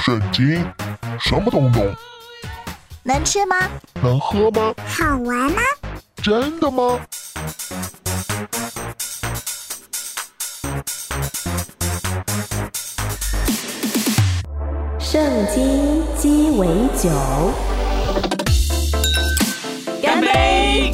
圣经，什么东东？ 能吃吗？ 能喝吗？ 好玩吗？ 真的吗？ 圣经鸡尾酒， 干杯！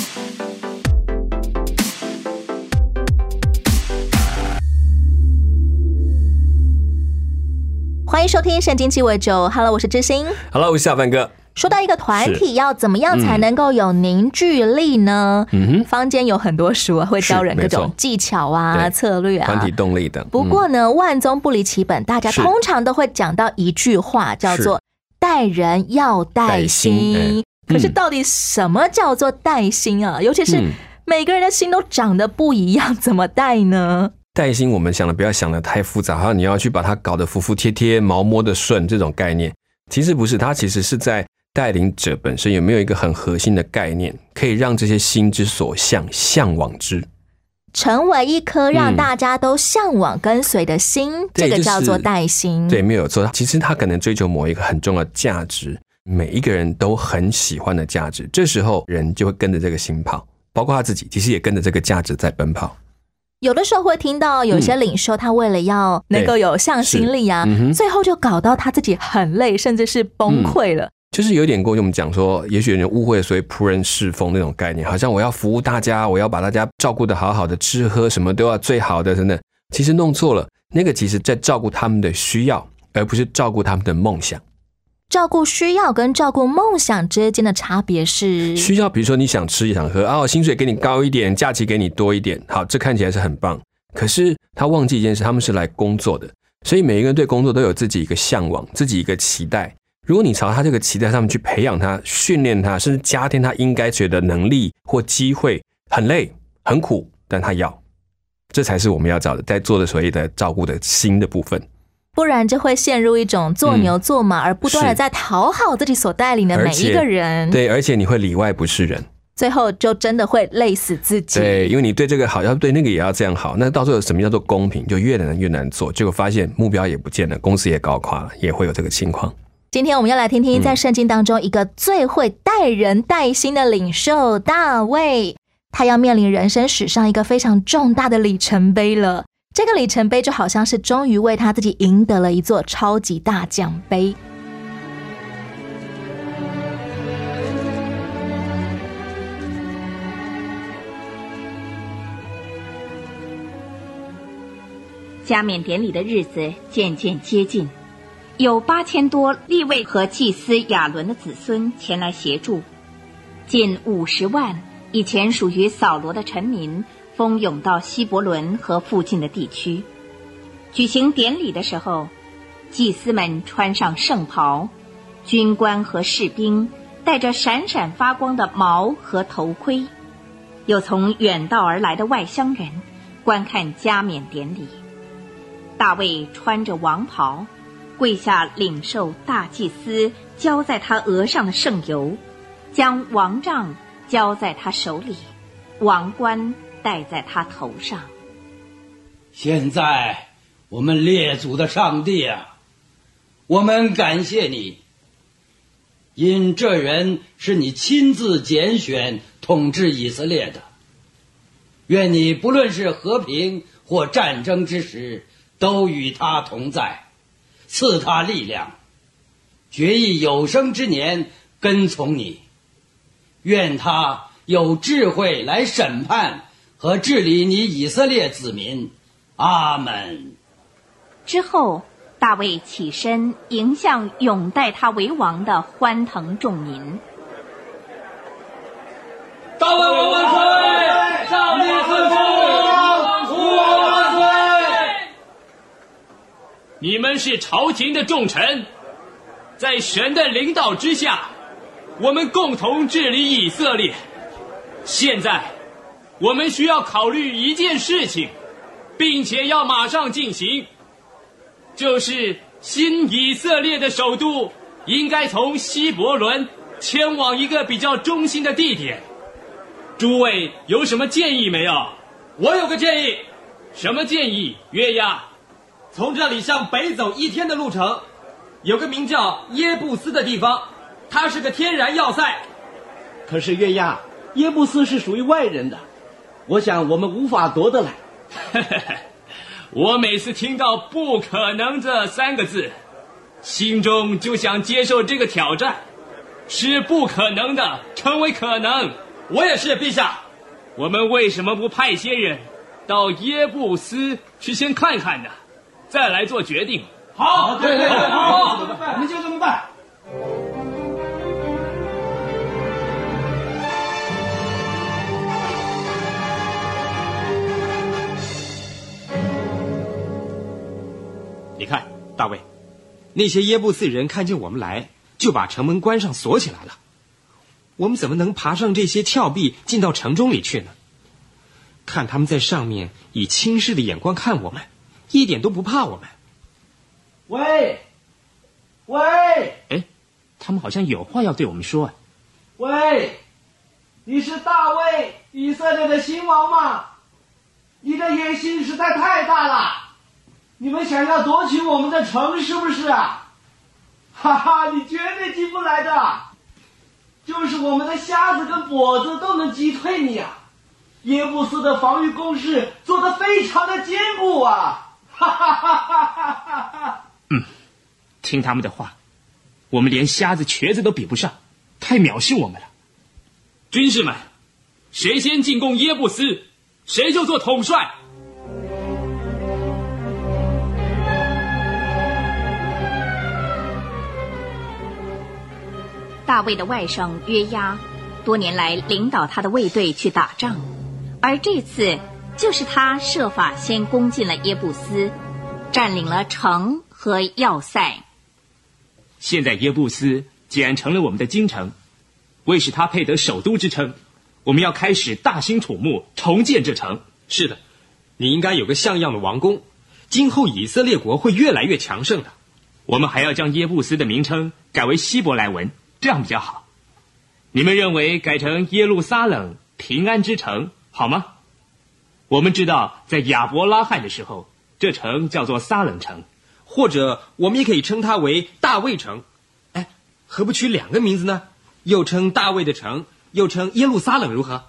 欢迎收听圣经鸡尾酒 ，Hello， 我是知心 ，Hello， 我是小范哥。 说到一个团体要怎么样才能够有凝聚力呢？坊间有很多书会教人各种技巧啊、策略啊、 团体动力等。 不过呢，万宗不离其本，大家通常都会讲到一句话，叫做“待人要带心”。可是到底什么叫做带心啊？尤其是每个人的心都长得不一样，怎么带呢？ 带心，我们想的不要想的太复杂，好像你要去把它搞得服服帖帖、毛摸得顺这种概念，其实不是，它其实是在带领者本身有没有一个很核心的概念，可以让这些心之所向，向往之， 成为一颗让大家都向往跟随的心，这个叫做带心。 对，没有错。其实他可能追求某一个很重要的价值，每一个人都很喜欢的价值，这时候人就会跟着这个心跑，包括他自己，其实也跟着这个价值在奔跑。 有的时候会听到有些领袖，他为了要能够有向心力啊，最后就搞到他自己很累，甚至是崩溃了。 就是有点过去我们讲说，也许有人误会所谓仆人侍奉那种概念，好像我要服务大家，我要把大家照顾得好好的，吃喝什么都要最好的等等。其实弄错了，那个其实在照顾他们的需要，而不是照顾他们的梦想。 照顾需要跟照顾梦想之间的差别是， 需要比如说你想吃想喝薪水给你高一点，假期给你多一点，好，这看起来是很棒。可是他忘记一件事，他们是来工作的，所以每一个人对工作都有自己一个向往，自己一个期待。如果你朝他这个期待上面去培养他、训练他，甚至加添他应该学的能力或机会，很累很苦，但他要，这才是我们要找的，在做的所谓的照顾的心的部分。 不然就会陷入一种做牛做马，而不断的在讨好自己所带领的每一个人。 对，而且你会里外不是人， 最后就真的会累死自己。 对，因为你对这个好，要对那个也要这样好，那到最后什么叫做公平，就越难越难做，结果发现目标也不见了，公司也搞垮了，也会有这个情况。 今天我们要来听听在圣经当中一个最会带人带心的领袖大卫，他要面临人生史上一个非常重大的里程碑了。这个里程碑就好像是终于为他自己赢得了一座超级大奖杯。 加冕典礼的日子渐渐接近，有8000多利未和祭司亚伦的子孙前来协助，近50万以前属于扫罗的臣民蜂拥到希伯伦和附近的地区。举行典礼的时候，祭司们穿上圣袍，军官和士兵戴着闪闪发光的矛和头盔，有从远道而来的外乡人观看加冕典礼。大卫穿着王袍，跪下领受大祭司浇在他额上的圣油，将王杖交在他手里，王冠戴在他头上。 现在我们列祖的上帝啊，我们感谢你，因这人是你亲自拣选统治以色列的。愿你不论是和平或战争之时，都与他同在，赐他力量，决意有生之年跟从你。愿他有智慧来审判和治理你以色列子民。阿们。 之后，大卫起身迎向拥戴他为王的欢腾众民。 大卫王万岁！上帝赐福！父王万岁！ 你们是朝廷的重臣，在神的领导之下，我们共同治理以色列。现在我们需要考虑一件事情，并且要马上进行，就是新以色列的首都应该从希伯伦迁往一个比较中心的地点。诸位有什么建议没有？ 我有个建议。 什么建议？约押？ 从这里向北走1天的路程， 有个名叫耶布斯的地方，它是个天然要塞。 可是约押，耶布斯是属于外人的，我想我们无法夺得来。 我每次听到不可能这3个字，心中就想接受这个挑战，使不可能的成为可能。 我也是，陛下。 我们为什么不派些人到耶布斯去先看看呢？再来做决定。 好，对， 好，我们就这么办。 你看，大卫，那些耶布斯人看见我们来，就把城门关上锁起来了。我们怎么能爬上这些峭壁进到城中里去呢？看他们在上面以轻视的眼光看我们，一点都不怕我们。 喂， 哎，他们好像有话要对我们说。 喂，你是大卫，以色列的新王吗？你的野心实在太大了，你们想要夺取我们的城是不是啊？哈哈，你绝对进不来的，就是我们的瞎子跟跛子都能击退你啊！耶布斯的防御工事做得非常的坚固啊！哈哈哈哈哈哈！ 听他们的话，我们连瞎子瘸子都比不上，太藐视我们了。军士们，谁先进攻耶布斯，谁就做统帅。 大卫的外甥约押，多年来领导他的卫队去打仗，而这次就是他设法先攻进了耶布斯，占领了城和要塞。 现在耶布斯既然成了我们的京城，为使他配得首都之称，我们要开始大兴土木，重建这城。 是的，你应该有个像样的王宫，今后以色列国会越来越强盛的。 我们还要将耶布斯的名称改为希伯来文，这样比较好。你们认为改成耶路撒冷平安之城好吗？我们知道在亚伯拉罕的时候，这城叫做撒冷城， 或者我们也可以称它为大卫城。哎，何不取2个名字呢？又称大卫的城，又称耶路撒冷，如何？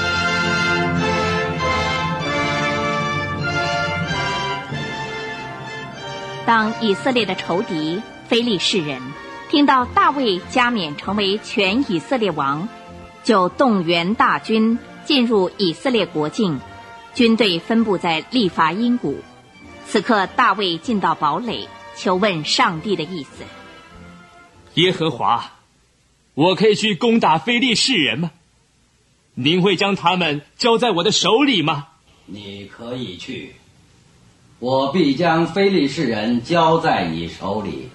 当以色列的仇敌非利士人听到大卫加冕成为全以色列王，就动员大军进入以色列国境，军队分布在利乏音谷。此刻大卫进到堡垒，求问上帝的意思。 耶和华，我可以去攻打非利士人吗？您会将他们交在我的手里吗？ 你可以去，我必将非利士人交在你手里。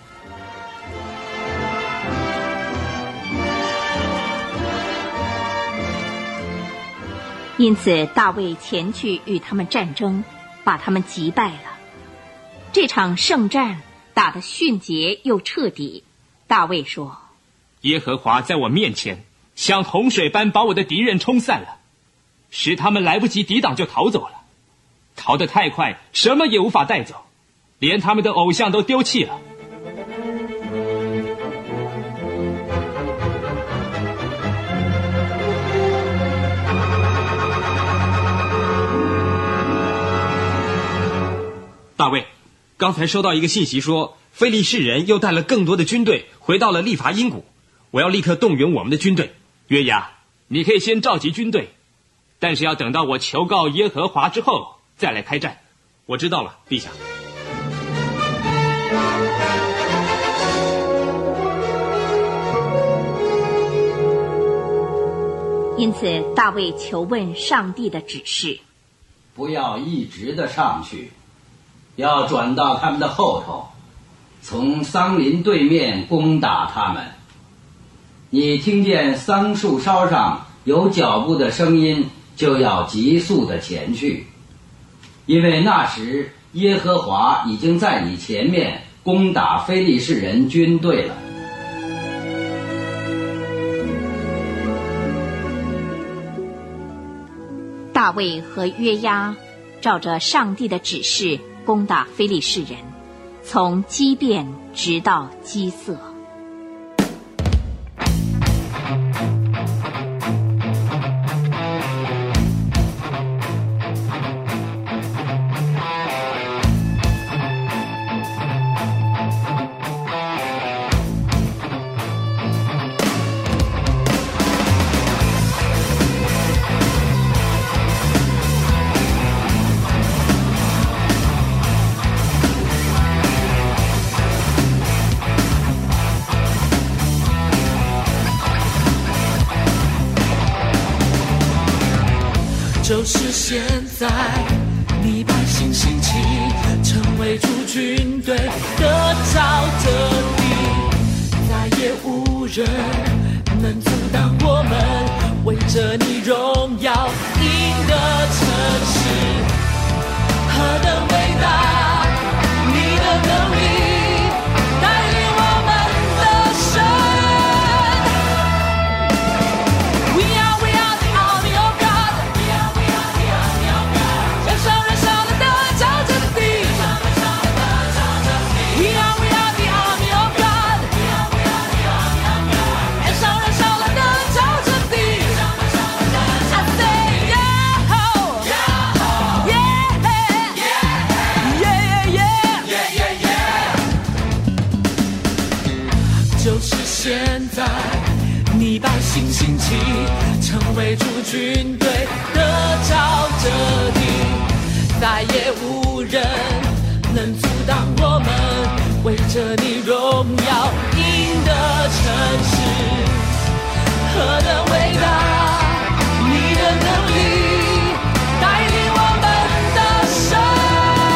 因此大卫前去与他们战争，把他们击败了。这场胜战打得迅捷又彻底。大卫说， 耶和华在我面前像洪水般把我的敌人冲散了，使他们来不及抵挡就逃走了，逃得太快，什么也无法带走，连他们的偶像都丢弃了。 大卫，刚才收到一个信息说，非利士人又带了更多的军队回到了利乏音谷，我要立刻动员我们的军队。 约押，你可以先召集军队，但是要等到我求告耶和华之后再来开战。 我知道了，陛下。 因此大卫求问上帝的指示， 不要一直的上去，要转到他们的后头，从桑林对面攻打他们。你听见桑树梢上有脚步的声音，就要急速的前去，因为那时耶和华已经在你前面攻打非利士人军队了。 大卫和约押照着上帝的指示攻打非利士人， 从激变直到激涩。 就是现在，你把心兴起，成为驻军队的沼泽地，再也无人能阻挡我们为着你荣耀赢得城市。何等伟大，你的能力带领我们的神。现在，你把心兴起，成为驻军队的沼泽地，再也无人能阻挡我们为着你荣耀赢得城市。何等伟大，你的能力带领我们的神。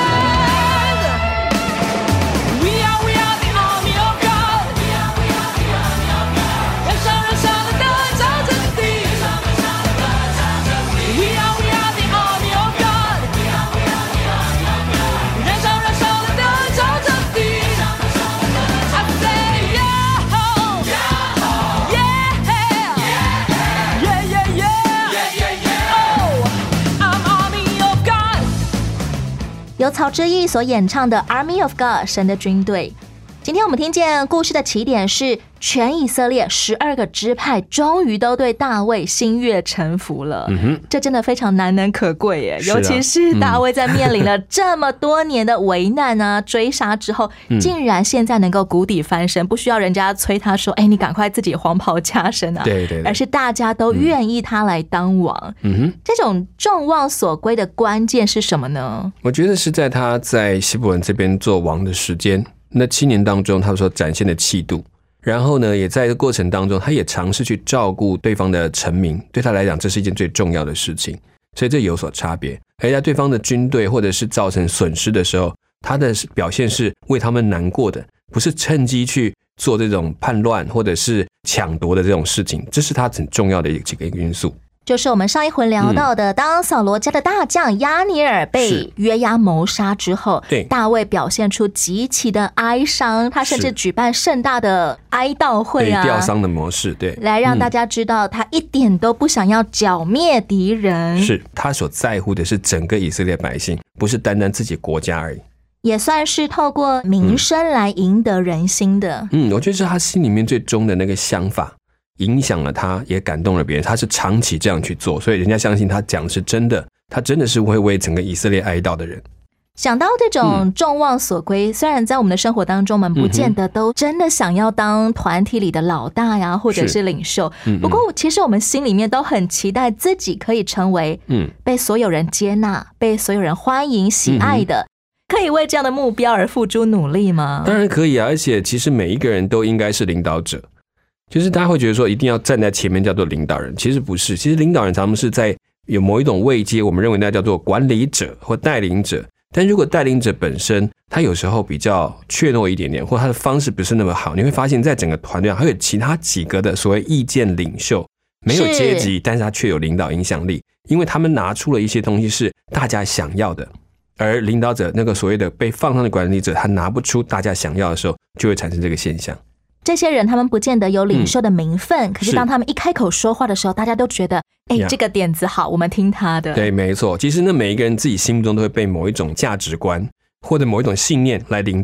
由曹志毅所演唱的 Army of God 神的军队。今天我们听见故事的起点是全以色列12个支派终于都对大卫心悦诚服了。这真的非常难能可贵耶，尤其是大卫在面临了这么多年的危难啊、追杀之后，竟然现在能够谷底翻身，不需要人家催他说你赶快自己黄袍加身啊， 对对对， 而是大家都愿意他来当王。这种众望所归的关键是什么呢？ 我觉得是在他在希伯伦这边做王的时间那7年当中，他所展现的气度，然后呢，也在这个过程当中，他也尝试去照顾对方的臣民，对他来讲，这是一件最重要的事情，所以这有所差别。而在对方的军队或者是造成损失的时候，他的表现是为他们难过的，不是趁机去做这种叛乱或者是抢夺的这种事情，这是他很重要的几个因素。 就是我们上一回聊到的，当扫罗家的大将押尼尔被约押谋杀之后，大卫表现出极其的哀伤，他甚至举办盛大的哀悼会啊， 吊丧的模式，对， 来让大家知道他一点都不想要剿灭敌人， 是他所在乎的是整个以色列百姓，不是单单自己国家而已， 也算是透过名声来赢得人心的。 我觉得是他心里面最终的那个想法影响了他，也感动了别人，他是长期这样去做，所以人家相信他讲的是真的，他真的是会为整个以色列哀悼的人。 想到这种众望所归，虽然在我们的生活当中，我们不见得都真的想要当团体里的老大呀，或者是领袖，不过其实我们心里面都很期待自己可以成为被所有人接纳、被所有人欢迎、喜爱的。可以为这样的目标而付诸努力吗？ 当然可以啊，而且其实每一个人都应该是领导者。就是大家会觉得说一定要站在前面叫做领导人，其实不是，其实领导人他们是在有某一种位阶，我们认为那叫做管理者或带领者，但如果带领者本身他有时候比较怯懦一点点，或他的方式不是那么好，你会发现在整个团队上还有其他几个的所谓意见领袖，没有阶级，但是他却有领导影响力，因为他们拿出了一些东西是大家想要的，而领导者那个所谓的被放上的管理者，他拿不出大家想要的时候，就会产生这个现象。 这些人他们不见得有领袖的名分，可是当他们一开口说话的时候，大家都觉得这个点子好，我们听他的。 对，没错，其实呢，每一个人自己心目中都会被某一种价值观或者某一种信念来领导，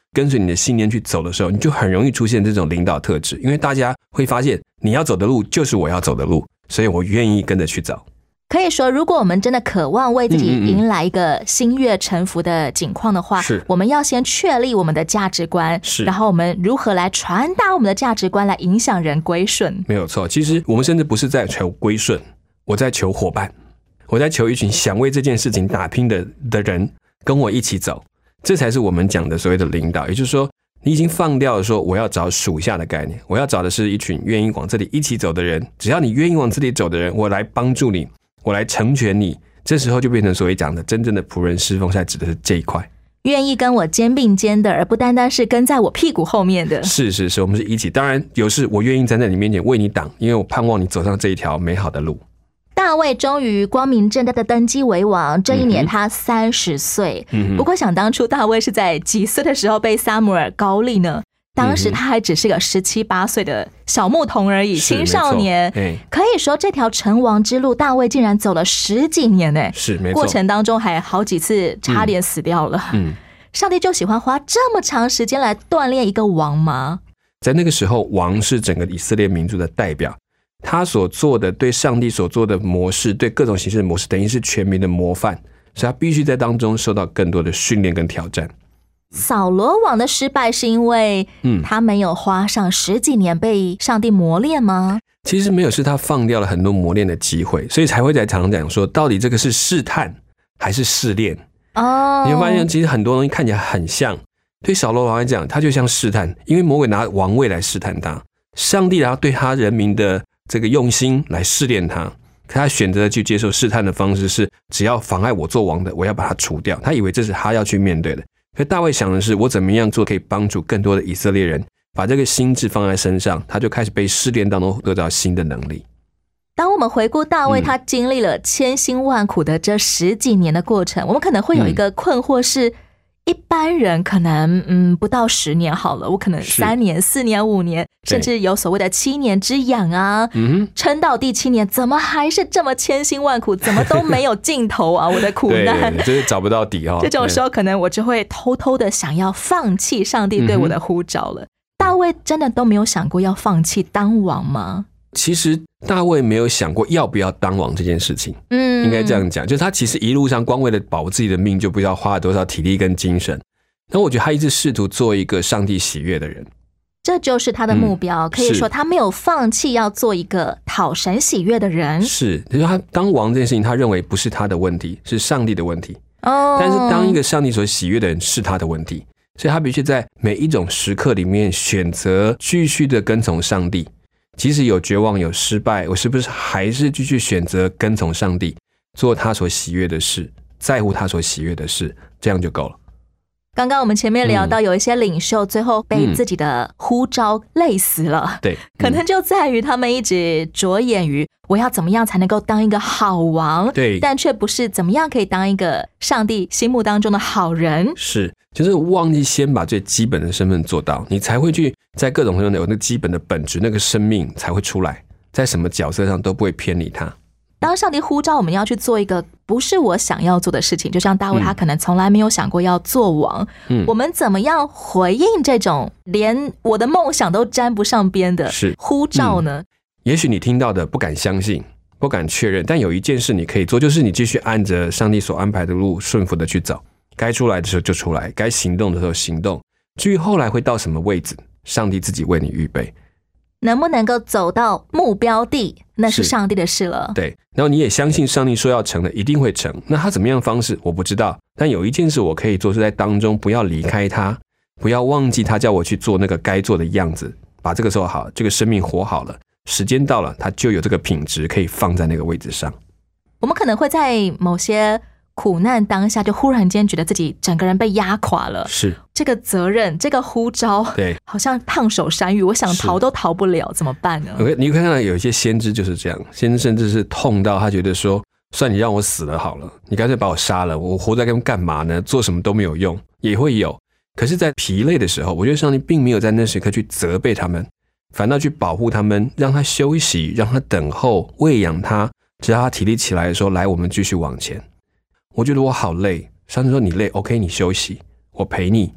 跟随你的信念去走的时候，你就很容易出现这种领导特质，因为大家会发现你要走的路就是我要走的路，所以我愿意跟着去走。 可以说，如果我们真的渴望为自己迎来一个心悦诚服的景况的话，我们要先确立我们的价值观，然后我们如何来传达我们的价值观来影响人归顺。 没有错，其实我们甚至不是在求归顺，我在求伙伴，我在求一群想为这件事情打拼的人跟我一起走，这才是我们讲的所谓的领导。也就是说，你已经放掉了说我要找属下的概念，我要找的是一群愿意往这里一起走的人，只要你愿意往这里走的人，我来帮助你，我来成全你，这时候就变成所谓讲的真正的仆人侍奉，才指的是这一块， 愿意跟我肩并肩的，而不单单是跟在我屁股后面的。 是，我们是一起。当然有事我愿意站在你面前为你挡，因为我盼望你走上这一条美好的路。 大卫终于光明正大的登基为王，这一年他30岁。不过想当初大卫是在几岁的时候被撒母耳膏立呢？当时他还只是个17、18岁的小牧童而已，青少年。可以说这条成王之路，大卫竟然走了10几年呢。 是，没错。 过程当中还好几次差点死掉了。上帝就喜欢花这么长时间来锻炼一个王吗？ 在那个时候，王是整个以色列民族的代表，他所做的对上帝所做的模式，对各种形式的模式，等于是全民的模范，所以他必须在当中受到更多的训练跟挑战。 扫罗王的失败是因为他没有花上10几年被上帝磨练吗？ 其实没有，是他放掉了很多磨练的机会，所以才会在常常讲说，到底这个是试探还是试炼？你会发现其实很多东西看起来很像，对扫罗王来讲他就像试探，因为魔鬼拿王位来试探他，上帝然后对他人民的这个用心来试炼他，可他选择去接受试探的方式是，只要妨碍我做王的，我要把它除掉。他以为这是他要去面对的，可大卫想的是，我怎么样做可以帮助更多的以色列人把这个心智放在身上，他就开始被试炼当中得到新的能力。 当我们回顾大卫他经历了千辛万苦的这10几年的过程，我们可能会有一个困惑是，一般人可能不到10年好了，我可能3年、4年、5年，甚至有所谓的7年之痒啊，撑到第7年，怎么还是这么千辛万苦，怎么都没有尽头啊？我的苦难， 对，就是找不到底哦。 这种时候，可能我就会偷偷的想要放弃上帝对我的呼召了。大卫真的都没有想过要放弃当王吗？ 其实大卫没有想过要不要当王这件事情，应该这样讲，就是他其实一路上光为了保自己的命，就不知道花了多少体力跟精神。那我觉得他一直试图做一个上帝喜悦的人， 这就是他的目标。可以说他没有放弃要做一个讨神喜悦的人。 是，就是他当王这件事情，他认为不是他的问题，是上帝的问题。但是当一个上帝所喜悦的人是他的问题，所以他必须在每一种时刻里面选择继续的跟从上帝。即使有绝望有失败，我是不是还是继续选择跟从上帝，做他所喜悦的事，在乎他所喜悦的事，这样就够了。 刚刚我们前面聊到有一些领袖最后被自己的呼召累死了， 对， 可能就在于他们一直着眼于我要怎么样才能够当一个好王， 对， 但却不是怎么样可以当一个上帝心目当中的好人。 是，就是忘记先把最基本的身份做到，你才会去在各种程度有那个基本的本质，那个生命才会出来，在什么角色上都不会偏离他。 当上帝呼召我们要去做一个不是我想要做的事情，就像大卫他可能从来没有想过要做王，我们怎么样回应这种连我的梦想都沾不上边的呼召呢？ 也许你听到的不敢相信，不敢确认，但有一件事你可以做，就是你继续按着上帝所安排的路顺服的去走，该出来的时候就出来，该行动的时候行动，至于后来会到什么位置，上帝自己为你预备。 能不能够走到目标地，那是上帝的事了。 对，然后你也相信上帝说要成的一定会成，那他怎么样的方式我不知道，但有一件事我可以做，是在当中不要离开他，不要忘记他叫我去做那个该做的样子，把这个做好，这个生命活好了，时间到了他就有这个品质可以放在那个位置上。 我们可能会在某些苦难当下就忽然间觉得自己整个人被压垮了， 是这个责任，这个呼召， 对， 好像烫手山芋，我想逃都逃不了，怎么办呢？ 你看到有一些先知就是这样，先知甚至是痛到他觉得说，算你让我死了好了，你干脆把我杀了，我活在干嘛呢？做什么都没有用，也会有。可是在疲累的时候，我觉得上帝并没有在那时刻去责备他们，反倒去保护他们，让他休息，让他等候，喂养他，直到他体力起来的时候，来我们继续往前。我觉得我好累，上帝说你累 OK 你休息，我陪你，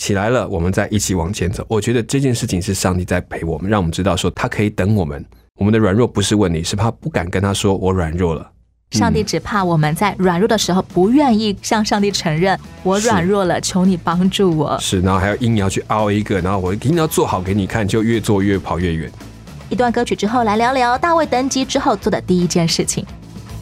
起来了，我们再一起往前走。我觉得这件事情是上帝在陪我们，让我们知道说他可以等我们。我们的软弱不是问题，是他不敢跟他说我软弱了。 上帝只怕我们在软弱的时候不愿意向上帝承认我软弱了，求你帮助我。 是，然后还要硬要去凹一个，然后我一定要做好给你看，就越做越跑越远。 一段歌曲之后，来聊聊大卫登基之后做的第一件事情。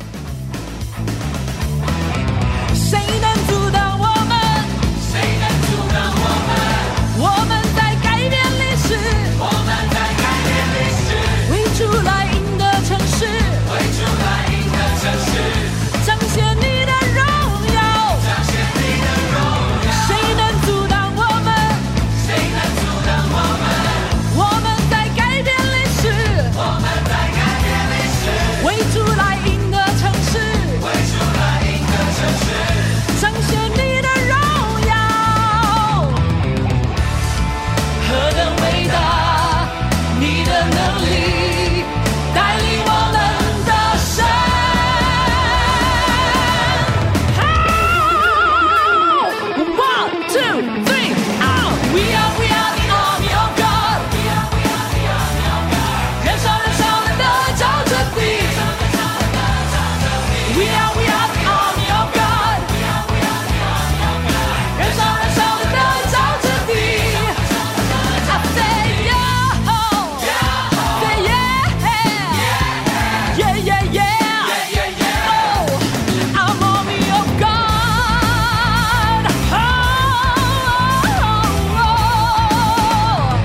谁能阻挡我们？谁能阻挡我们？我们在改变历史，我们在改变历史，为主来赢得城市，为主来赢得城市，彰显你的荣耀，彰显你的荣耀。谁能阻挡我们？谁能阻挡我们？我们在改变历史，我们在改变历史，为主来赢得城市，为主来赢得城市，彰显你的荣耀，何等伟大！你的能力带领我们的神。One, two, three, out! We are the army of God. 燃烧燃烧的得着这地。We are the army of God. 燃烧燃烧的得着这地。I say yeah, say yeah, yeah yeah yeah. Oh, I'm army of God. Oh.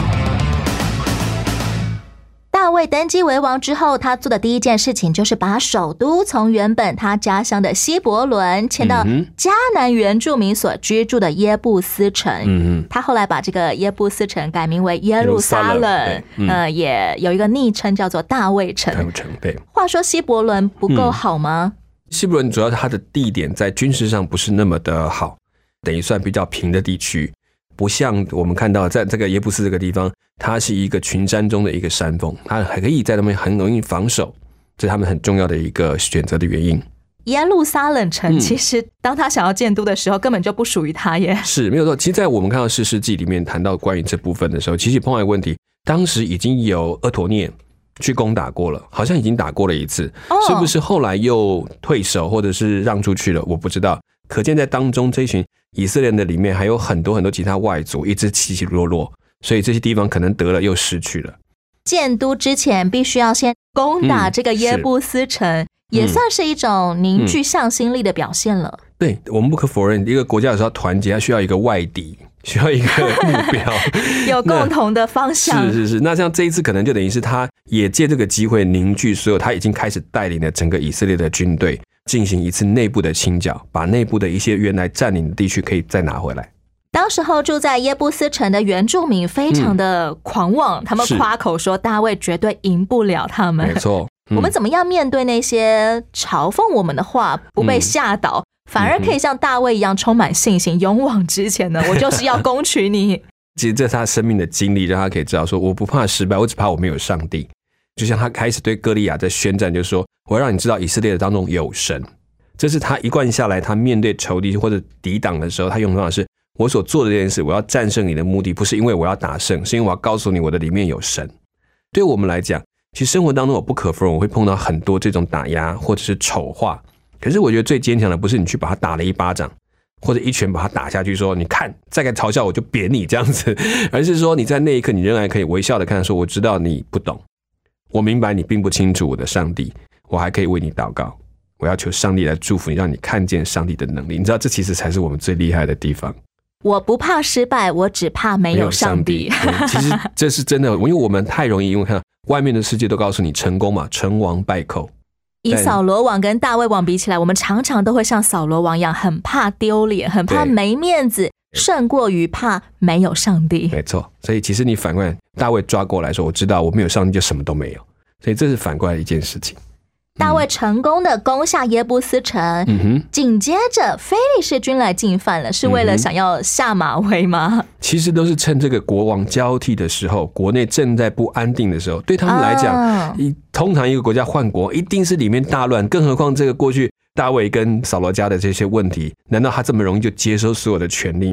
大卫登基为王之后，他做的第一件事情就是把首都从原本他家乡的希伯伦迁到迦南原住民所居住的耶布斯城。他后来把这个耶布斯城改名为耶路撒冷，也有一个昵称叫做大卫城。 对。 话说希伯伦不够好吗？ 希伯伦主要是它的地点在军事上不是那么的好，等于算比较平的地区，不像我们看到在这个耶布斯这个地方，它是一个群山中的一个山峰，它还可以在那边很容易防守，这是他们很重要的一个选择的原因。 耶路撒冷城其实当他想要建都的时候，根本就不属于他耶。 是没有错。其实在我们看到士师记里面谈到关于这部分的时候，其实碰到一个问题，当时已经有俄陀涅去攻打过了，好像已经打过了一次，是不是后来又退守或者是让出去了，我不知道。可见在当中这一群以色列人的里面还有很多很多其他外族，一直起起落落，所以这些地方可能得了又失去了。 建都之前必须要先攻打这个耶布斯城，也算是一种凝聚向心力的表现了。 对，我们不可否认，一个国家有时候团结，它需要一个外敌，需要一个目标， 有共同的方向。 是。那像这一次可能就等于是他也借这个机会凝聚所有，他已经开始带领了整个以色列的军队进行一次内部的清剿，把内部的一些原来占领的地区可以再拿回来。 当时候住在耶布斯城的原住民非常的狂妄，他们夸口说大卫绝对赢不了他们。 没错。 我们怎么样面对那些嘲讽我们的话，不被吓倒，反而可以像大卫一样充满信心，勇往直前呢？我就是要攻取你。 其实这是他生命的经历，让他可以知道说，我不怕失败，我只怕我没有上帝。就像他开始对歌利亚在宣战，就是说我要让你知道以色列当中有神。这是他一贯下来，他面对仇敌或者抵挡的时候，他用的方法是，我所做的这件事，我要战胜你的目的不是因为我要打胜，是因为我要告诉你我的里面有神。对我们来讲，其实生活当中我不可否认我会碰到很多这种打压或者是丑话，可是我觉得最坚强的不是你去把他打了一巴掌，或者一拳把他打下去说你看再敢嘲笑我就扁你这样子，而是说你在那一刻你仍然可以微笑的看说，我知道你不懂，我明白你并不清楚我的上帝，我还可以为你祷告，我要求上帝来祝福你，让你看见上帝的能力。你知道这其实才是我们最厉害的地方。 我不怕失败，我只怕没有上帝。 其实这是真的，因为我们太容易，因为看到外面的世界都告诉你成功嘛，成王败寇。 以扫罗王跟大卫王比起来，我们常常都会像扫罗王一样，很怕丢脸，很怕没面子，胜过于怕没有上帝。 没错，所以其实你反过来，大卫抓过来说，我知道我没有上帝就什么都没有，所以这是反过来的一件事情。 大卫成功的攻下耶布斯城，紧接着非利士军来进犯了，是为了想要下马威吗？ 其实都是趁这个国王交替的时候，国内正在不安定的时候，对他们来讲，通常一个国家换国一定是里面大乱，更何况这个过去大卫跟扫罗家的这些问题，难道他这么容易就接收所有的权利吗？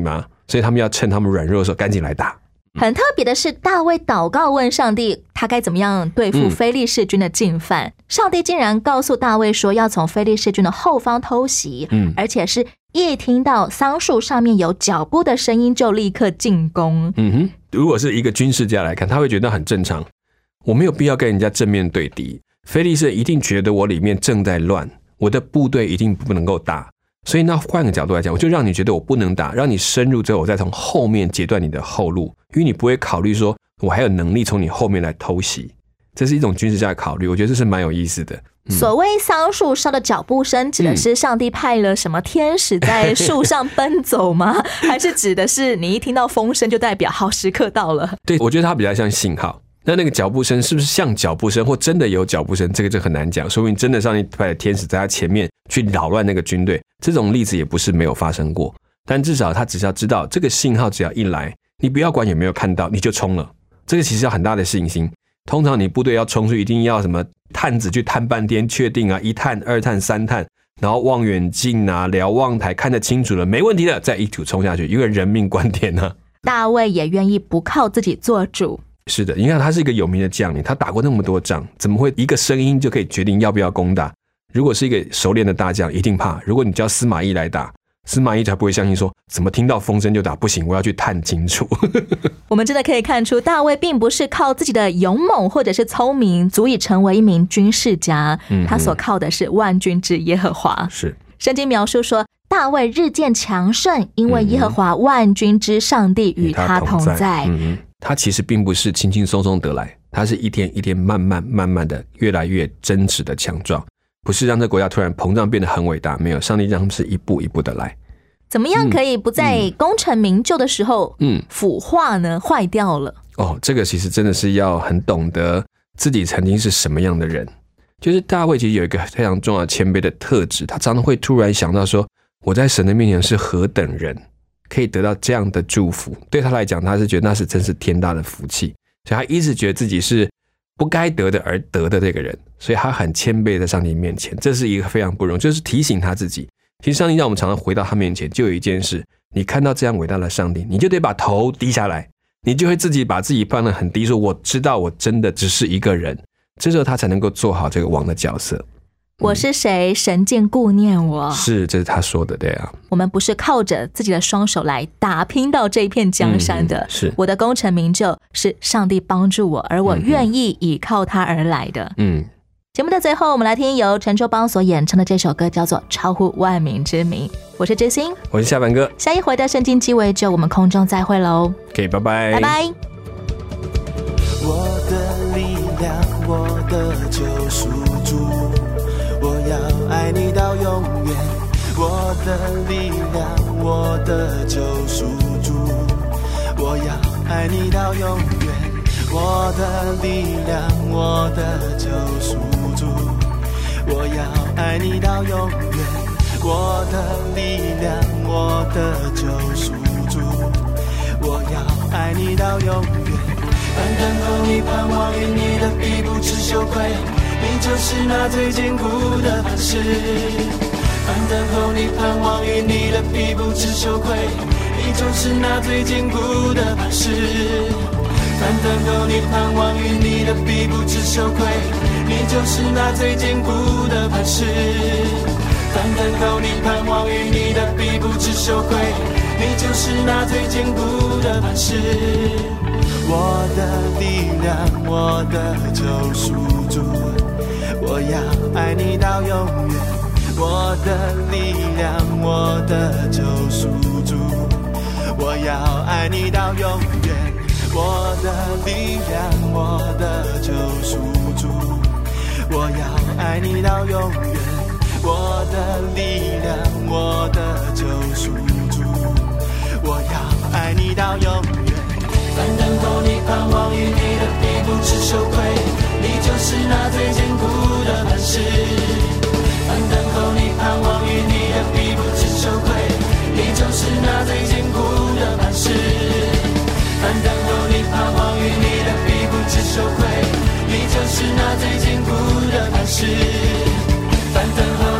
所以他们要趁他们软弱的时候赶紧来打。 很特别的是，大卫祷告问上帝他该怎么样对付非利士军的进犯，上帝竟然告诉大卫说要从非利士军的后方偷袭，而且是一听到桑树上面有脚步的声音就立刻进攻。 如果是一个军事家来看，他会觉得很正常，我没有必要跟人家正面对敌，非利士人一定觉得我里面正在乱，我的部队一定不能够打，所以那换个角度来讲，我就让你觉得我不能打，让你深入之后我再从后面截断你的后路，因为你不会考虑说我还有能力从你后面来偷袭，这是一种军事家的考虑，我觉得这是蛮有意思的。 所谓桑树烧的脚步声，指的是上帝派了什么天使在树上奔走吗？还是指的是你一听到风声就代表好时刻到了？ 对，我觉得它比较像信号。那个脚步声是不是像脚步声，或真的有脚步声，这个就很难讲。说不定真的上帝派了天使在他前面去扰乱那个军队，这种例子也不是没有发生过。但至少他只是要知道，这个信号只要一来，你不要管有没有看到，你就冲了。这个其实要很大的信心。通常你部队要冲出，一定要什么探子去探半天，确定啊，一探、二探、三探，然后望远镜啊、瞭望台看得清楚了，没问题了，再一土冲下去，因为人命关天啊。 大卫也愿意不靠自己做主。 是的，你看他是一个有名的将领，他打过那么多仗，怎么会一个声音就可以决定要不要攻打？如果是一个熟练的大将，一定怕。如果你叫司马懿来打，司马懿才不会相信说怎么听到风声就打，不行，我要去探清楚。 我们真的可以看出，大卫并不是靠自己的勇猛或者是聪明足以成为一名军事家，他所靠的是万军之耶和华。 是， 圣经描述说，大卫日渐强盛，因为耶和华万军之上帝与他同在。 他其实并不是轻轻松松得来，他是一天一天慢慢的越来越真实的强壮，不是让这国家突然膨胀变得很伟大，没有，上帝让他们是一步一步的来。 怎么样可以不在功成名就的时候腐化呢？坏掉了。 这个其实真的是要很懂得自己曾经是什么样的人。就是大卫其实有一个非常重要的谦卑的特质，他常常会突然想到说，我在神的面前是何等人，可以得到这样的祝福。对他来讲，他是觉得那是真是天大的福气，所以他一直觉得自己是不该得的而得的这个人，所以他很谦卑在上帝面前，这是一个非常不容易，就是提醒他自己。其实上帝让我们常常回到他面前，就有一件事，你看到这样伟大的上帝，你就得把头低下来，你就会自己把自己放得很低，说我知道我真的只是一个人，这时候他才能够做好这个王的角色。 我是谁，神竟顾念我。 是，这是他说的，对啊。 我们不是靠着自己的双手来打拼到这一片江山的， 是我的功成名就是上帝帮助我，而我愿意倚靠他而来的。节目的最后，我们来听由陈秋邦所演唱的这首歌，叫做《超乎万民之名》。我是知心， 我是下半哥。 下一回的圣经鸡尾酒，我们空中再会喽。 OK， 拜拜， 拜拜。 我的力量，我的救赎主，我要爱你到永远。我的力量，我的救赎主，我要爱你到永远。我的力量，我的救赎主，我要爱你到永远。我的力量，我的救赎主，我要爱你到永远。凡等候你盼望于你的必不致羞愧，你就是那最坚固的磐石。凡等候你盼望于你的必不致羞愧，你就是那最坚固的磐石。凡等候你盼望于你的必不致羞愧，你就是那最坚固的磐石。凡等候你盼望于你的必不致羞愧，你就是那最坚固的磐石。我的力量，我的救赎主，我要爱你到永远。我的力量，我的救赎主，我要爱你到永远。我的力量，我的救赎主，我要爱你到永远。我的力量，我的救赎主，我要爱你到永远。凡等候你盼望于你的必不致羞愧，你就是那最坚固的磐石。凡等候你盼望于你的必不致羞愧，你就是那最坚固的磐石。凡等候你盼望于你的必不致羞愧，你就是那最坚固的磐石。凡等候